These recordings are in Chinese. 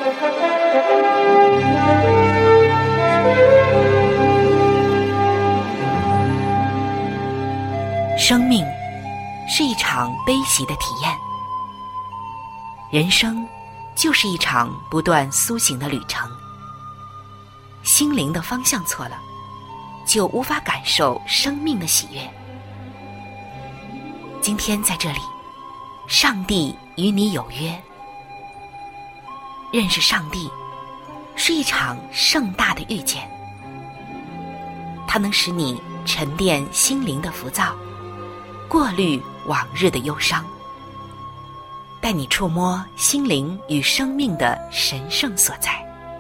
生命是一场悲喜的体验，人生就是一场不断苏醒的旅程。心灵的方向错了，就无法感受生命的喜悦。今天在这里，上帝与你有约。认识上帝是一场盛大的遇见，它能使你沉淀心灵的浮躁，过滤往日的忧伤，带你触摸心灵与生命的神圣所在。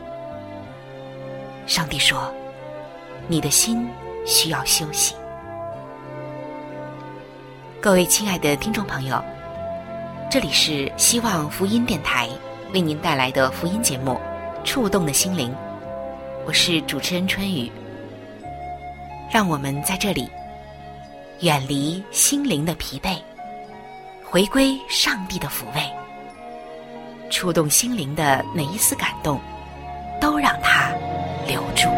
上帝说，你的心需要休息。各位亲爱的听众朋友，这里是希望福音电台为您带来的福音节目《触动的心灵》，我是主持人春雨。让我们在这里远离心灵的疲惫，回归上帝的抚慰，触动心灵的每一丝感动，都让它留住。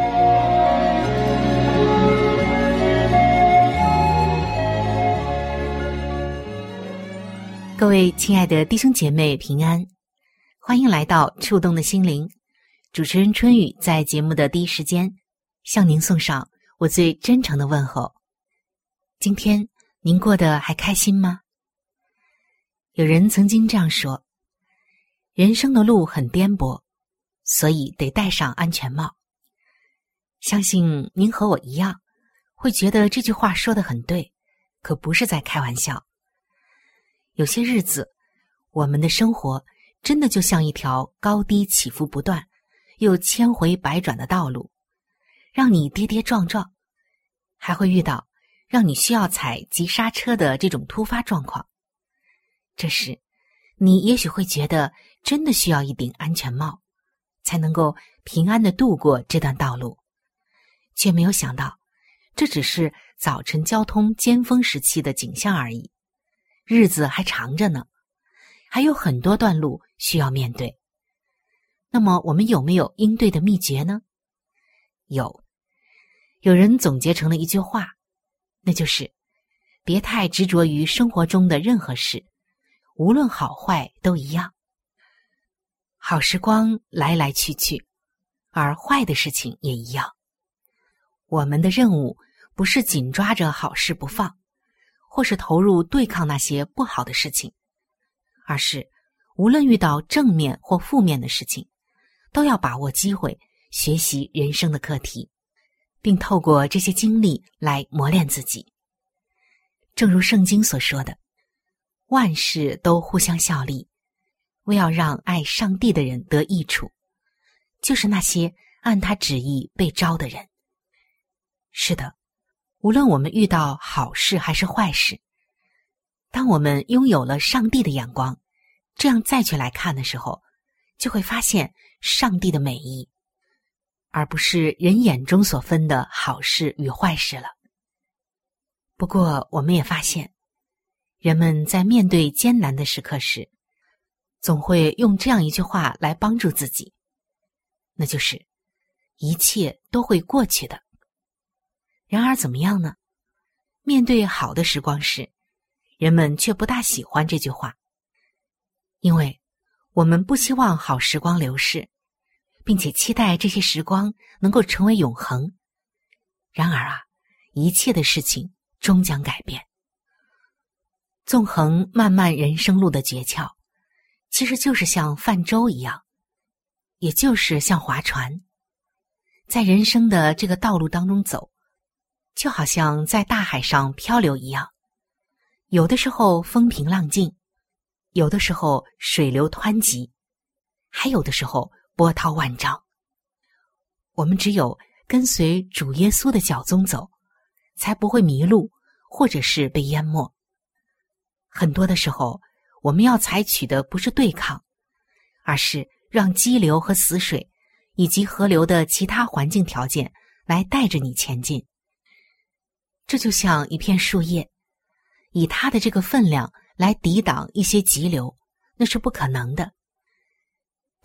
各位亲爱的弟兄姐妹平安，欢迎来到触动的心灵。主持人春雨在节目的第一时间向您送上我最真诚的问候。今天您过得还开心吗？有人曾经这样说，人生的路很颠簸，所以得戴上安全帽。相信您和我一样，会觉得这句话说得很对，可不是在开玩笑。有些日子，我们的生活真的就像一条高低起伏不断，又千回百转的道路，让你跌跌撞撞，还会遇到让你需要踩急刹车的这种突发状况。这时，你也许会觉得真的需要一顶安全帽，才能够平安地度过这段道路，却没有想到，这只是早晨交通尖峰时期的景象而已。日子还长着呢，还有很多段路需要面对。那么我们有没有应对的秘诀呢？有人总结成了一句话，那就是别太执着于生活中的任何事，无论好坏都一样。好时光来来去去，而坏的事情也一样。我们的任务不是紧抓着好事不放，或是投入对抗那些不好的事情，而是无论遇到正面或负面的事情，都要把握机会，学习人生的课题，并透过这些经历来磨练自己。正如圣经所说的，万事都互相效力，为要让爱上帝的人得益处，就是那些按他旨意被招的人。是的，无论我们遇到好事还是坏事，当我们拥有了上帝的眼光，这样再去来看的时候，就会发现上帝的美意，而不是人眼中所分的好事与坏事了。不过我们也发现，人们在面对艰难的时刻时，总会用这样一句话来帮助自己，那就是一切都会过去的。然而怎么样呢？面对好的时光时，人们却不大喜欢这句话，因为我们不希望好时光流逝，并且期待这些时光能够成为永恒。然而啊，一切的事情终将改变。纵横漫漫人生路的诀窍，其实就是像泛舟一样，也就是像划船，在人生的这个道路当中走，就好像在大海上漂流一样，有的时候风平浪静，有的时候水流湍急，还有的时候波涛万丈。我们只有跟随主耶稣的脚踪走，才不会迷路，或者是被淹没。很多的时候，我们要采取的不是对抗，而是让激流和死水以及河流的其他环境条件来带着你前进。这就像一片树叶，以它的这个分量来抵挡一些急流，那是不可能的。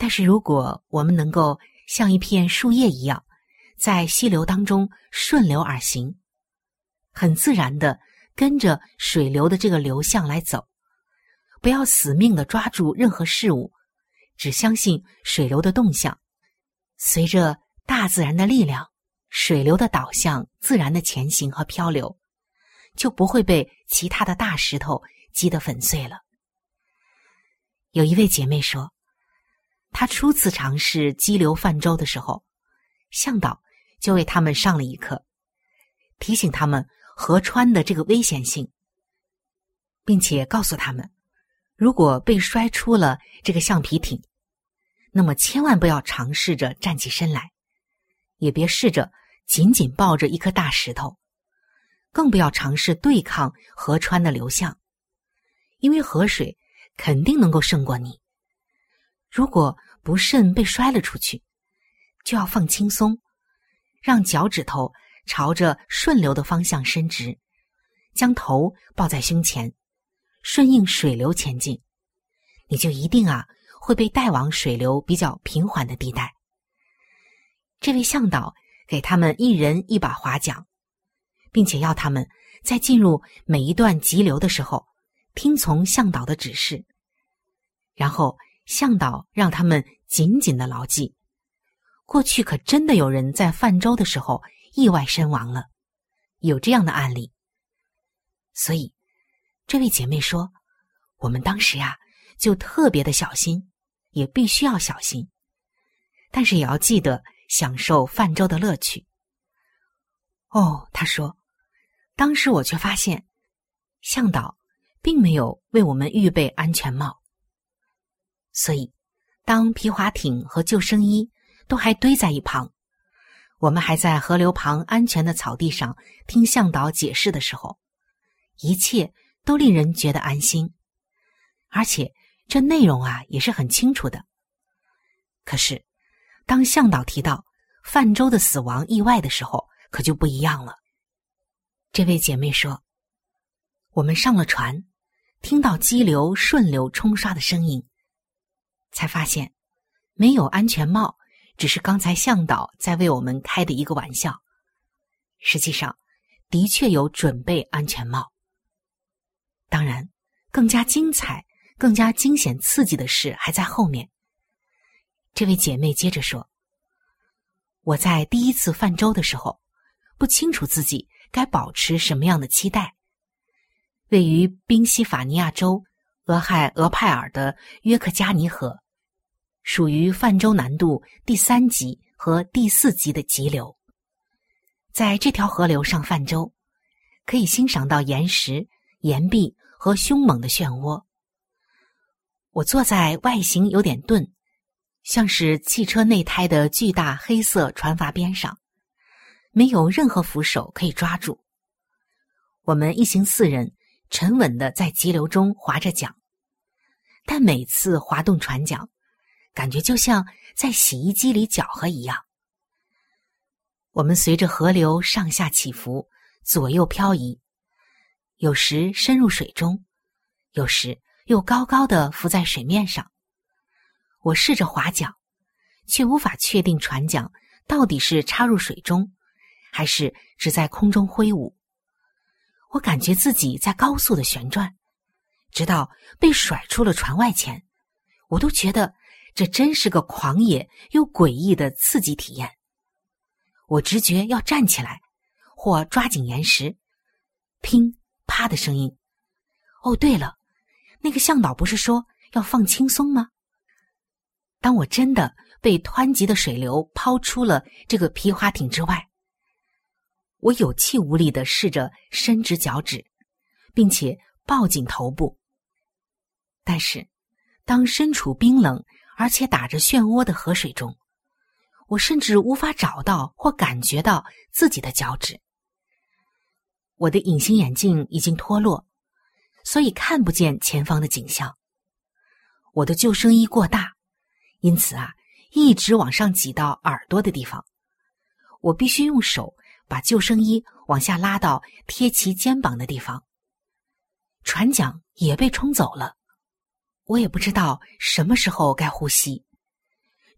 但是如果我们能够像一片树叶一样，在溪流当中顺流而行，很自然地跟着水流的这个流向来走，不要死命地抓住任何事物，只相信水流的动向，随着大自然的力量，水流的导向自然的前行和漂流，就不会被其他的大石头击得粉碎了。有一位姐妹说，她初次尝试激流泛舟的时候，向导就为他们上了一课，提醒他们河川的这个危险性，并且告诉他们，如果被摔出了这个橡皮艇，那么千万不要尝试着站起身来，也别试着紧紧抱着一颗大石头，更不要尝试对抗河川的流向，因为河水肯定能够胜过你。如果不慎被摔了出去，就要放轻松，让脚趾头朝着顺流的方向伸直，将头抱在胸前，顺应水流前进，你就一定会被带往水流比较平缓的地带。这位向导给他们一人一把划桨，并且要他们在进入每一段急流的时候听从向导的指示，然后向导让他们紧紧地牢记。过去可真的有人在泛舟的时候意外身亡了，有这样的案例。所以这位姐妹说，我们当时就特别的小心，也必须要小心，但是也要记得享受泛舟的乐趣。她说，当时我却发现向导并没有为我们预备安全帽，所以当皮划艇和救生衣都还堆在一旁，我们还在河流旁安全的草地上听向导解释的时候，一切都令人觉得安心，而且这内容也是很清楚的。可是当向导提到泛舟的死亡意外的时候，可就不一样了。这位姐妹说，我们上了船，听到激流顺流冲刷的声音，才发现没有安全帽只是刚才向导在为我们开的一个玩笑，实际上的确有准备安全帽。当然更加精彩更加惊险刺激的事还在后面。这位姐妹接着说，我在第一次泛舟的时候不清楚自己该保持什么样的期待。位于宾夕法尼亚州俄亥俄派尔的约克加尼河属于泛舟难度第3级和第4级的急流，在这条河流上泛舟，可以欣赏到岩石、岩壁和凶猛的漩涡。我坐在外形有点钝，像是汽车内胎的巨大黑色船筏边上，没有任何扶手可以抓住。我们一行4人沉稳地在急流中划着桨，但每次划动船桨，感觉就像在洗衣机里搅和一样。我们随着河流上下起伏，左右漂移，有时深入水中，有时又高高地浮在水面上。我试着划桨，却无法确定船桨到底是插入水中，还是只在空中挥舞。我感觉自己在高速的旋转，直到被甩出了船外前，我都觉得这真是个狂野又诡异的刺激体验。我直觉要站起来，或抓紧岩石，乒啪的声音。对了，那个向导不是说要放轻松吗？当我真的被湍急的水流抛出了这个皮划艇之外，我有气无力地试着伸直脚趾，并且抱紧头部。但是当身处冰冷而且打着漩涡的河水中，我甚至无法找到或感觉到自己的脚趾。我的隐形眼镜已经脱落，所以看不见前方的景象。我的救生衣过大，因此一直往上挤到耳朵的地方。我必须用手把救生衣往下拉到贴其肩膀的地方。船桨也被冲走了，我也不知道什么时候该呼吸，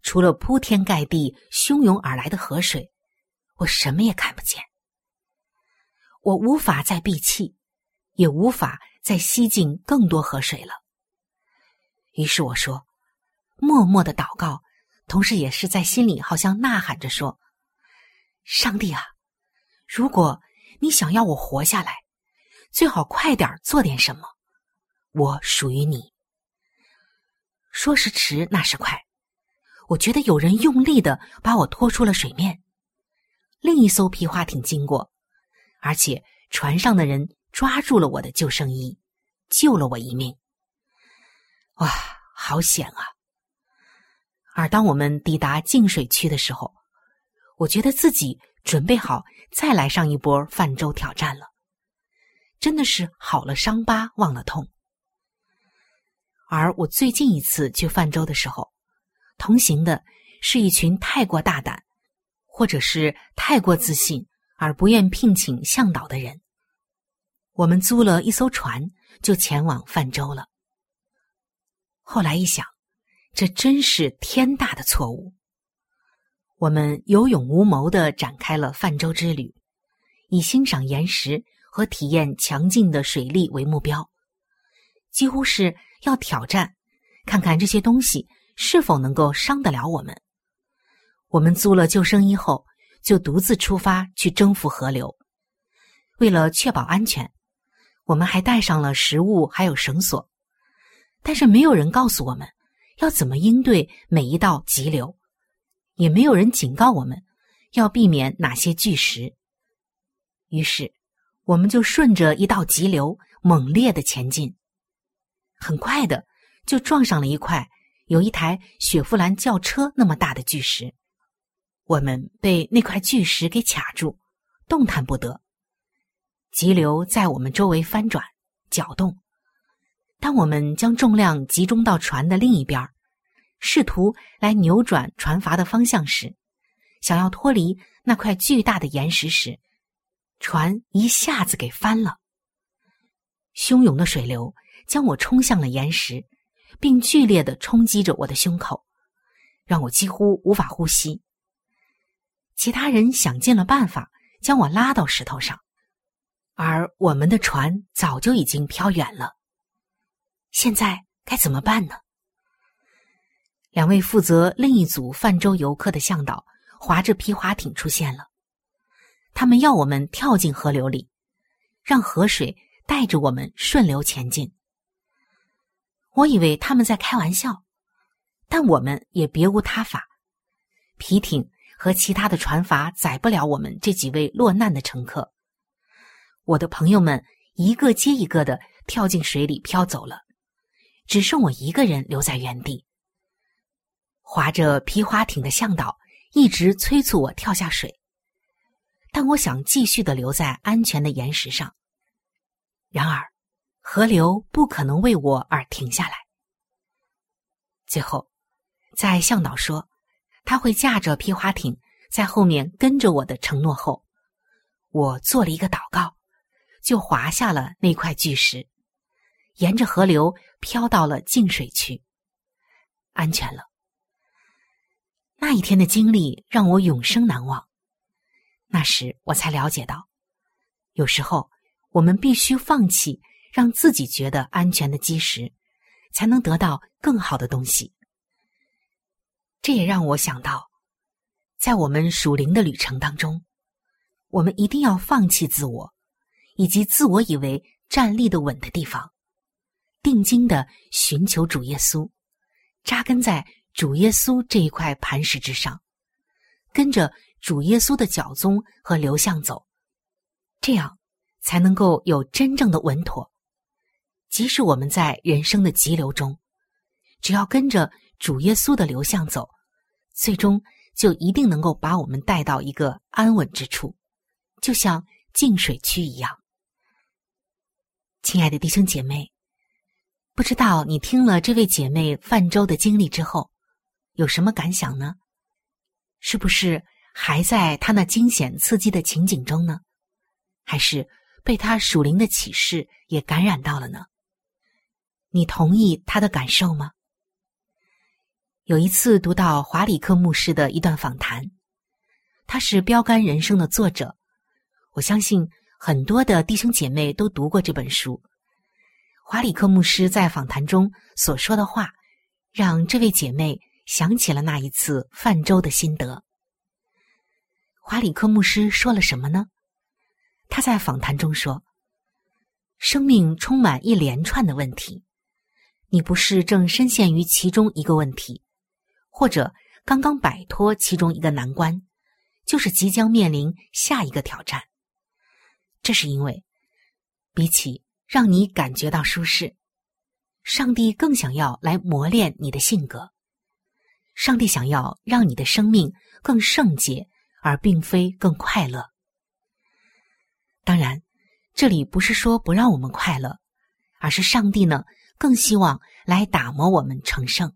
除了铺天盖地汹涌而来的河水，我什么也看不见。我无法再闭气，也无法再吸进更多河水了。于是我说，默默的祷告，同时也是在心里好像呐喊着说，上帝啊，如果你想要我活下来，最好快点做点什么，我属于你。说时迟，那时快，我觉得有人用力地把我拖出了水面。另一艘皮划艇经过，而且船上的人抓住了我的救生衣，救了我一命。哇，好险啊！而当我们抵达净水区的时候，我觉得自己准备好再来上一波泛舟挑战了。真的是好了伤疤忘了痛。而我最近一次去泛舟的时候，同行的是一群太过大胆，或者是太过自信而不愿聘请向导的人。我们租了一艘船，就前往泛舟了。后来一想，这真是天大的错误。我们有勇无谋地展开了泛舟之旅，以欣赏岩石和体验强劲的水力为目标，几乎是要挑战，看看这些东西是否能够伤得了我们。我们租了救生衣后，就独自出发去征服河流。为了确保安全，我们还带上了食物还有绳索，但是没有人告诉我们要怎么应对每一道急流，也没有人警告我们要避免哪些巨石。于是我们就顺着一道急流猛烈地前进，很快的就撞上了一块有一台雪佛兰轿车那么大的巨石。我们被那块巨石给卡住，动弹不得。急流在我们周围翻转搅动，当我们将重量集中到船的另一边，试图来扭转船筏的方向时，想要脱离那块巨大的岩石时，船一下子给翻了。汹涌的水流将我冲向了岩石，并剧烈地冲击着我的胸口，让我几乎无法呼吸。其他人想尽了办法将我拉到石头上，而我们的船早就已经飘远了。现在该怎么办呢？两位负责另一组泛舟游客的向导划着皮划艇出现了，他们要我们跳进河流里，让河水带着我们顺流前进。我以为他们在开玩笑，但我们也别无他法。皮艇和其他的船筏载不了我们这几位落难的乘客。我的朋友们一个接一个的跳进水里飘走了，只剩我一个人留在原地。划着皮划艇的向导一直催促我跳下水，但我想继续的留在安全的岩石上。然而河流不可能为我而停下来。最后在向导说他会驾着皮划艇在后面跟着我的承诺后，我做了一个祷告，就滑下了那块巨石，沿着河流飘到了净水区，安全了。那一天的经历让我永生难忘。那时我才了解到，有时候我们必须放弃让自己觉得安全的基石，才能得到更好的东西。这也让我想到，在我们属灵的旅程当中，我们一定要放弃自我，以及自我以为站立的稳的地方，定睛地寻求主耶稣，扎根在主耶稣这一块磐石之上，跟着主耶稣的脚踪和流向走，这样才能够有真正的稳妥。即使我们在人生的急流中，只要跟着主耶稣的流向走，最终就一定能够把我们带到一个安稳之处，就像净水区一样。亲爱的弟兄姐妹，不知道你听了这位姐妹泛舟的经历之后，有什么感想呢？是不是还在她那惊险刺激的情景中呢？还是被她属灵的启示也感染到了呢？你同意她的感受吗？ 有一次读到华里克牧师的一段访谈，他是标杆人生的作者，我相信很多的弟兄姐妹都读过这本书。华里克牧师在访谈中所说的话，让这位姐妹想起了那一次泛舟的心得。华里克牧师说了什么呢？他在访谈中说，生命充满一连串的问题，你不是正深陷于其中一个问题，或者刚刚摆脱其中一个难关，就是即将面临下一个挑战。这是因为，比起让你感觉到舒适，上帝更想要来磨练你的性格。上帝想要让你的生命更圣洁，而并非更快乐。当然，这里不是说不让我们快乐，而是上帝呢，更希望来打磨我们成圣。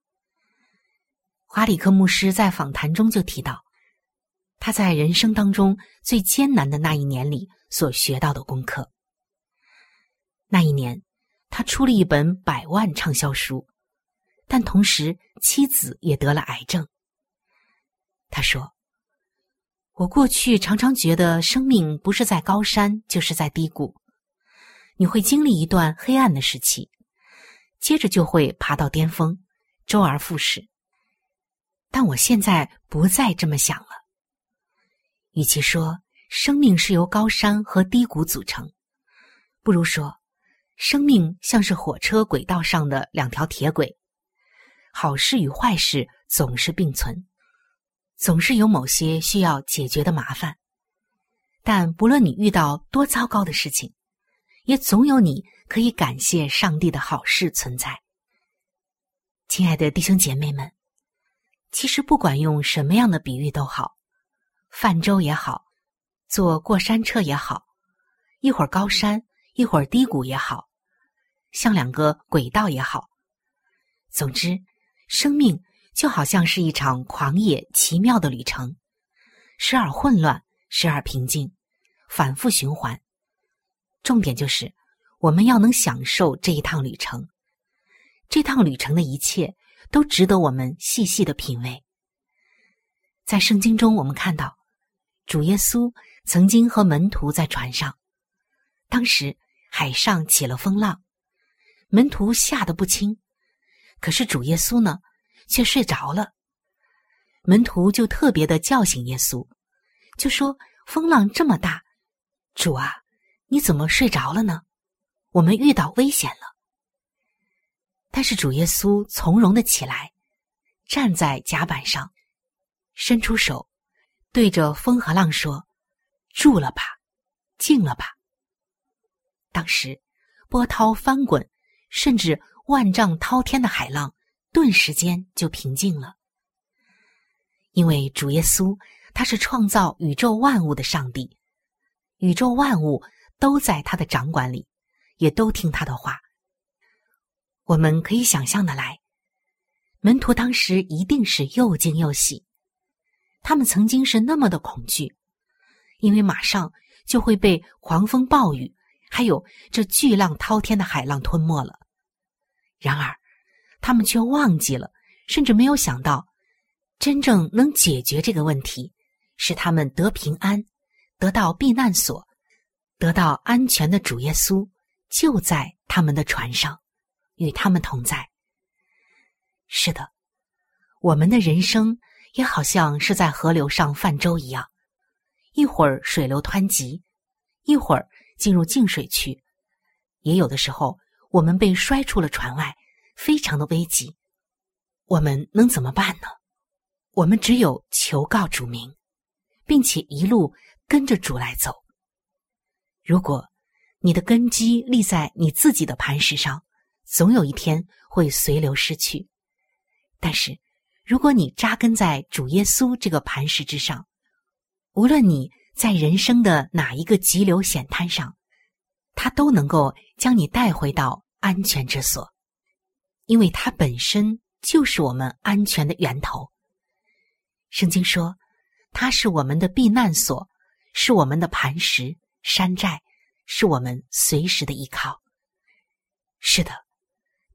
华里克牧师在访谈中就提到，他在人生当中最艰难的那一年里所学到的功课。那一年，他出了一本100万畅销书，但同时妻子也得了癌症。他说，我过去常常觉得生命不是在高山就是在低谷，你会经历一段黑暗的时期，接着就会爬到巅峰，周而复始。但我现在不再这么想了。与其说生命是由高山和低谷组成，不如说生命像是火车轨道上的2条铁轨，好事与坏事总是并存，总是有某些需要解决的麻烦。但不论你遇到多糟糕的事情，也总有你可以感谢上帝的好事存在。亲爱的弟兄姐妹们，其实不管用什么样的比喻都好，泛舟也好，坐过山车也好，一会儿高山一会儿低谷也好，像2个轨道也好，总之生命就好像是一场狂野奇妙的旅程，时而混乱，时而平静，反复循环。重点就是我们要能享受这一趟旅程，这趟旅程的一切都值得我们细细的品味。在圣经中我们看到，主耶稣曾经和门徒在船上，当时海上起了风浪，门徒吓得不轻，可是主耶稣呢，却睡着了。门徒就特别的叫醒耶稣，就说，风浪这么大，主啊，你怎么睡着了呢？我们遇到危险了。但是主耶稣从容的起来，站在甲板上，伸出手，对着风和浪说，住了吧，静了吧。当时波涛翻滚，甚至万丈滔天的海浪顿时间就平静了。因为主耶稣他是创造宇宙万物的上帝，宇宙万物都在他的掌管里，也都听他的话。我们可以想象得来，门徒当时一定是又惊又喜。他们曾经是那么的恐惧，因为马上就会被狂风暴雨还有这巨浪滔天的海浪吞没了。然而他们却忘记了，甚至没有想到，真正能解决这个问题，使他们得平安，得到避难所，得到安全的主耶稣就在他们的船上，与他们同在。是的，我们的人生也好像是在河流上泛舟一样，一会儿水流湍急，一会儿进入静水区，也有的时候我们被摔出了船外，非常的危急。我们能怎么办呢？我们只有求告主名，并且一路跟着主来走。如果你的根基立在你自己的磐石上，总有一天会随流失去。但是如果你扎根在主耶稣这个磐石之上，无论你在人生的哪一个急流险滩上，他都能够将你带回到安全之所，因为他本身就是我们安全的源头。圣经说，他是我们的避难所，是我们的磐石、山寨，是我们随时的依靠。是的，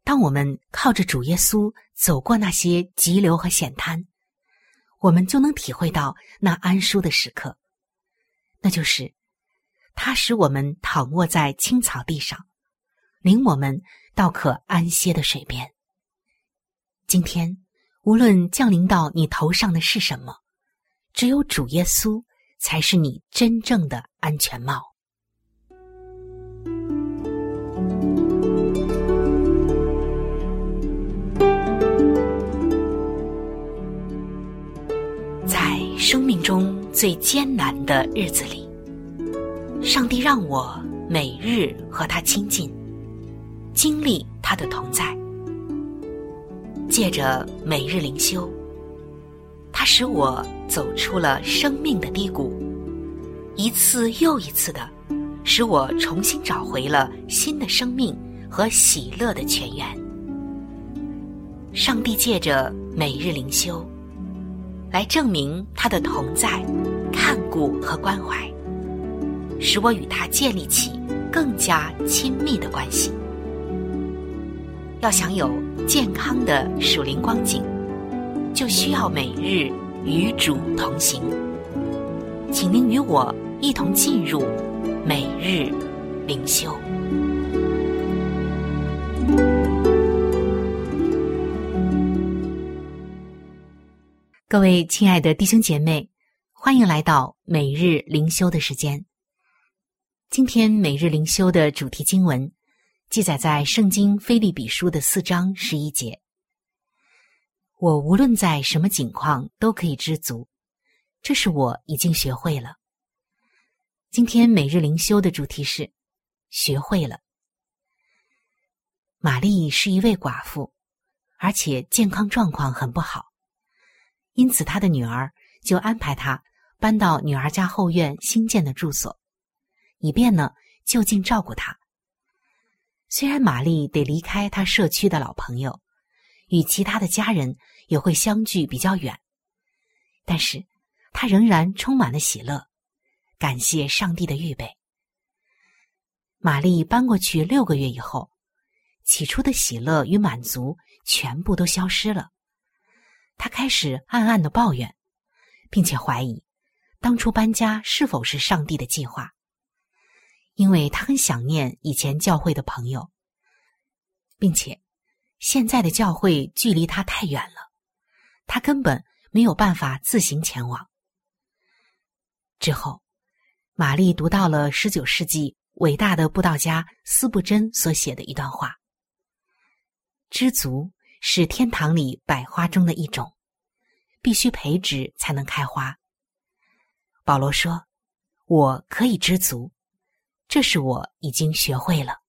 当我们靠着主耶稣走过那些急流和险滩，我们就能体会到那安舒的时刻，那就是他使我们躺卧在青草地上，领我们到可安歇的水边。今天无论降临到你头上的是什么，只有主耶稣才是你真正的安全帽。在生命中最艰难的日子里，上帝让我每日和他亲近，经历他的同在。借着每日灵修，他使我走出了生命的低谷，一次又一次的使我重新找回了新的生命和喜乐的泉源。上帝借着每日灵修来证明他的同在、看顾和关怀，使我与他建立起更加亲密的关系。要想有健康的属灵光景，就需要每日与主同行。请您与我一同进入每日灵修。各位亲爱的弟兄姐妹，欢迎来到每日灵修的时间。今天每日灵修的主题经文记载在圣经腓立比书的4章11节。我无论在什么境况都可以知足，这是我已经学会了。今天每日灵修的主题是学会了。玛丽是一位寡妇，而且健康状况很不好，因此她的女儿就安排她搬到女儿家后院新建的住所，以便呢就近照顾她。虽然玛丽得离开她社区的老朋友，与其他的家人也会相距比较远，但是她仍然充满了喜乐，感谢上帝的预备。玛丽搬过去6个月以后，起初的喜乐与满足全部都消失了。她开始暗暗地抱怨，并且怀疑当初搬家是否是上帝的计划，因为她很想念以前教会的朋友，并且现在的教会距离她太远了，她根本没有办法自行前往。之后，玛丽读到了19世纪伟大的布道家司布真所写的一段话：知足是天堂里百花中的一种，必须培植才能开花。保罗说，我可以知足，这是我已经学会了。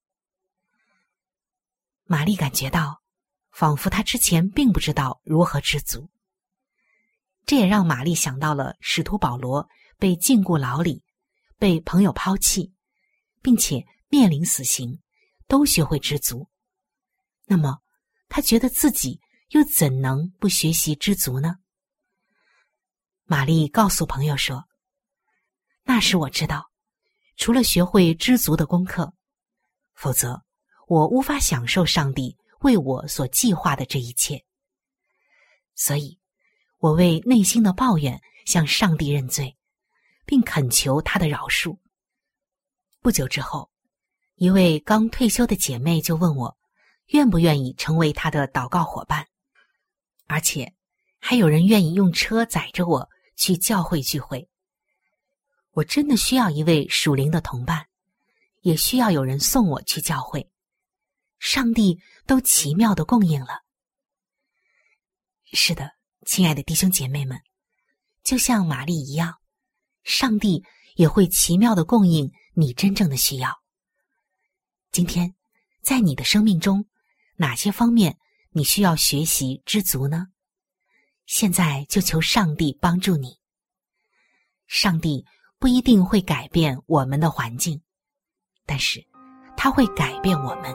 玛丽感觉到，仿佛她之前并不知道如何知足。这也让玛丽想到了使徒保罗被禁锢牢里，被朋友抛弃，并且面临死刑，都学会知足。那么，她觉得自己又怎能不学习知足呢？玛丽告诉朋友说，那时我知道，除了学会知足的功课，否则我无法享受上帝为我所计划的这一切。所以，我为内心的抱怨向上帝认罪，并恳求他的饶恕。不久之后，一位刚退休的姐妹就问我，愿不愿意成为她的祷告伙伴，而且还有人愿意用车载着我去教会聚会。我真的需要一位属灵的同伴，也需要有人送我去教会。上帝都奇妙地供应了。是的，亲爱的弟兄姐妹们，就像玛丽一样，上帝也会奇妙地供应你真正的需要。今天，在你的生命中，哪些方面你需要学习知足呢？现在就求上帝帮助你。上帝不一定会改变我们的环境，但是他会改变我们。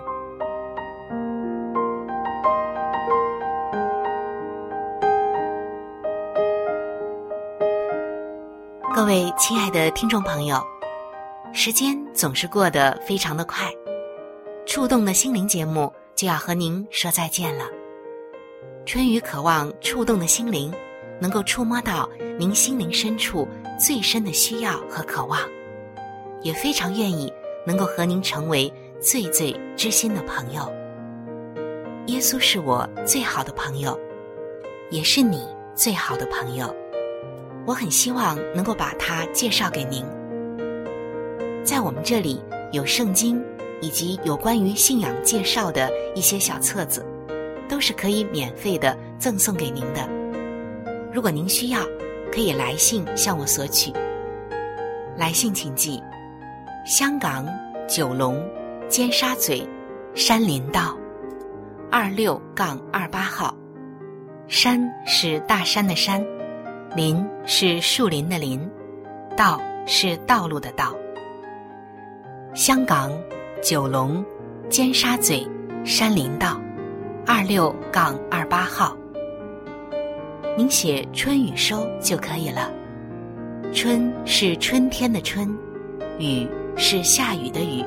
各位亲爱的听众朋友，时间总是过得非常的快，触动的心灵节目就要和您说再见了。春雨渴望触动的心灵能够触摸到您心灵深处最深的需要和渴望，也非常愿意能够和您成为最最知心的朋友。耶稣是我最好的朋友，也是你最好的朋友，我很希望能够把他介绍给您。在我们这里有圣经以及有关于信仰介绍的一些小册子，都是可以免费的赠送给您的。如果您需要，可以来信向我索取。来信请寄香港九龙尖沙咀山林道26-28号。山是大山的山，林是树林的林，道是道路的道。香港九龙尖沙咀山林道26-28号。您写春雨收就可以了。春是春天的春，雨是下雨的雨。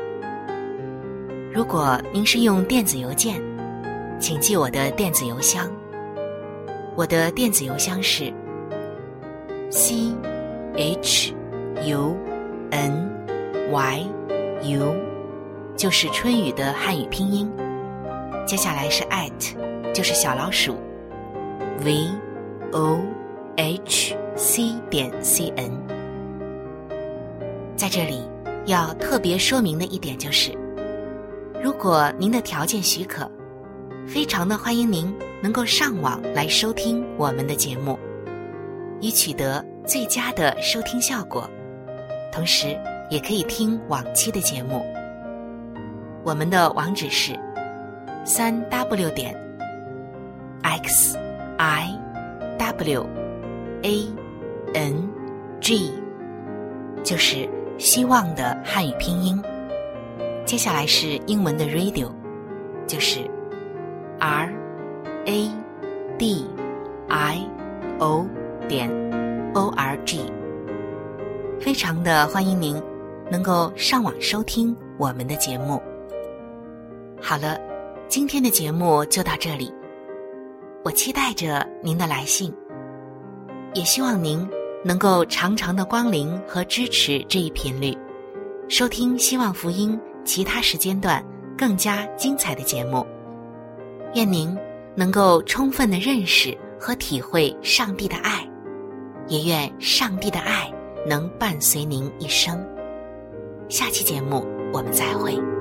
如果您是用电子邮件，请寄我的电子邮箱。我的电子邮箱是 CHUNYU， 就是春雨的汉语拼音，接下来是 @ 就是小老鼠 VOHC.CN。 在这里要特别说明的一点就是，如果您的条件许可，非常的欢迎您能够上网来收听我们的节目，以取得最佳的收听效果，同时也可以听往期的节目。我们的网址是 3w.xiwang， 就是希望的汉语拼音，接下来是英文的 radio， 就是radio.org。 非常的欢迎您能够上网收听我们的节目。好了，今天的节目就到这里，我期待着您的来信，也希望您能够常常的光临和支持这一频率，收听希望福音其他时间段更加精彩的节目。愿您能够充分的认识和体会上帝的爱，也愿上帝的爱能伴随您一生。下期节目我们再会。